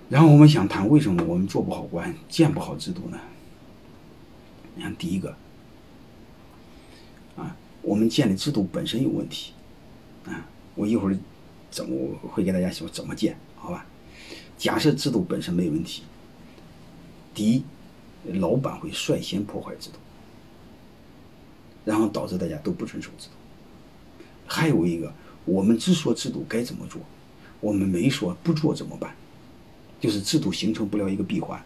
然后我们想谈为什么我们做不好官，建不好制度呢？你看，第一个啊，我们建的制度本身有问题啊。我一会儿我会给大家说怎么建，好吧？假设制度本身没问题，第一，老板会率先破坏制度，然后导致大家都不遵守制度。还有一个，我们只说制度该怎么做，我们没说不做怎么办，就是制度形成不了一个闭环。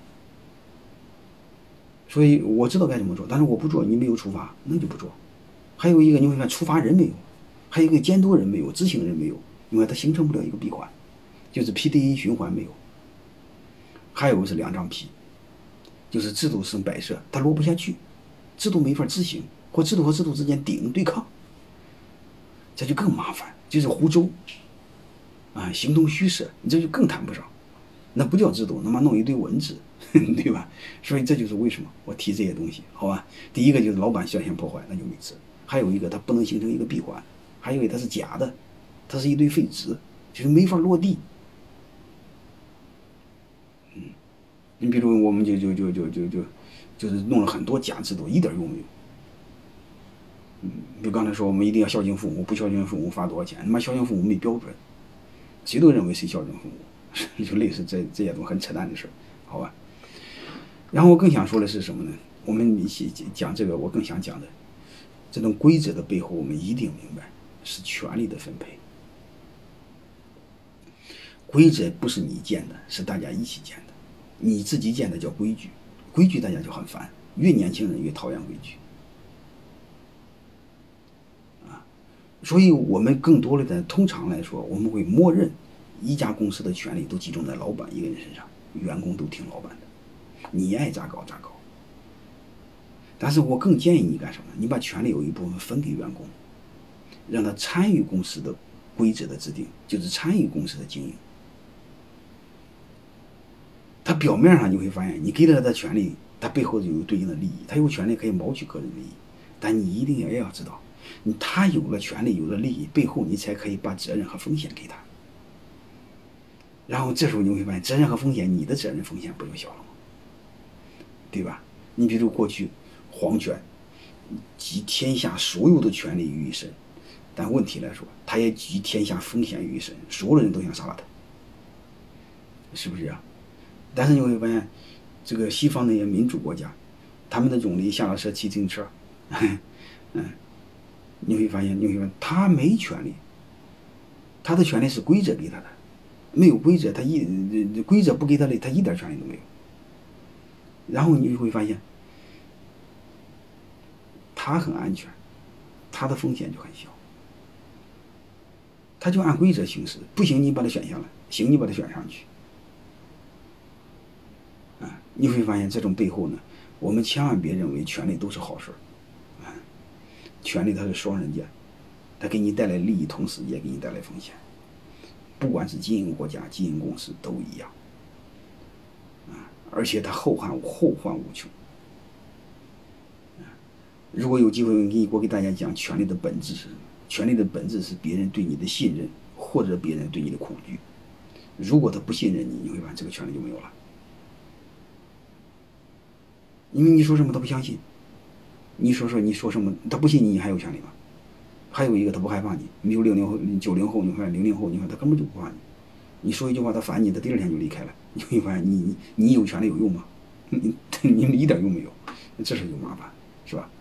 所以我知道该怎么做，但是我不做，你没有处罚，那就不做。还有一个，你会看处罚人没有，还有一个监督人没有，执行人没有，因为它形成不了一个闭环，就是 PDA 循环没有。还有是两张皮，就是制度是摆设，它落不下去，制度没法执行，或制度和制度之间对抗，这就更麻烦，就是胡诌啊，形同虚设，你这就更谈不上。那不叫制度，他妈弄一堆文字，对吧？所以这就是为什么我提这些东西，好吧？第一个就是老板率先破坏，那就没治；还有一个，它不能形成一个闭环；还有一个，它是假的，它是一堆废纸，就是没法落地。你比如我们就是弄了很多假制度，一点用没有。比如刚才说我们一定要孝敬父母，不孝敬父母罚多少钱？他妈孝敬父母没标准，谁都认为谁孝敬父母，就类似这些种很扯淡的事，好吧？然后我更想说的是什么呢？我们一起讲这个，我更想讲的，这种规则的背后，我们一定明白是权力的分配。规则不是你建的，是大家一起建的。你自己建的叫规矩，规矩大家就很烦，越年轻人越讨厌规矩。所以我们更多的通常来说，我们会默认一家公司的权利都集中在老板一个人身上，员工都听老板的，你爱咋搞咋搞。但是我更建议你干什么？你把权利有一部分分给员工，让他参与公司的规则的制定，就是参与公司的经营。他表面上你会发现，你给了他的权利，他背后就有对应的利益，他有权利可以谋取个人利益，但你一定也要知道，他有了权利，有了利益，背后你才可以把责任和风险给他。然后这时候你会发现，责任和风险，你的责任风险不就小了吗？对吧？你比如过去皇权集天下所有的权利于一身，但问题来说，他也集天下风险于一身，所有的人都想杀了他，是不是啊？但是你会发现，这个西方那些民主国家，他们的总理下了车骑自行车，你会发现他没权利，他的权利是规则给他的，没有规则，规则不给他的，他一点权利都没有。然后你就会发现，他很安全，他的风险就很小，他就按规则行事，不行你把他选下来，行你把他选上去。你会发现这种背后呢，我们千万别认为权力都是好事，权力它是双刃剑，它给你带来利益，同时也给你带来风险。不管是经营国家、经营公司都一样，而且它后患无穷。如果有机会，我给大家讲权力的本质是什么？权力的本质是别人对你的信任，或者别人对你的恐惧。如果他不信任你，你会发现这个权利就没有了。因为你说什么他不相信，你说什么他不信你，你还有权利吗？还有一个他不害怕你，你有60后、90后，你看00后，你看他根本就不怕你。你说一句话他烦你，他第2天就离开了。你会发现你有权利有用吗？你一点用没有，这事就麻烦，是吧？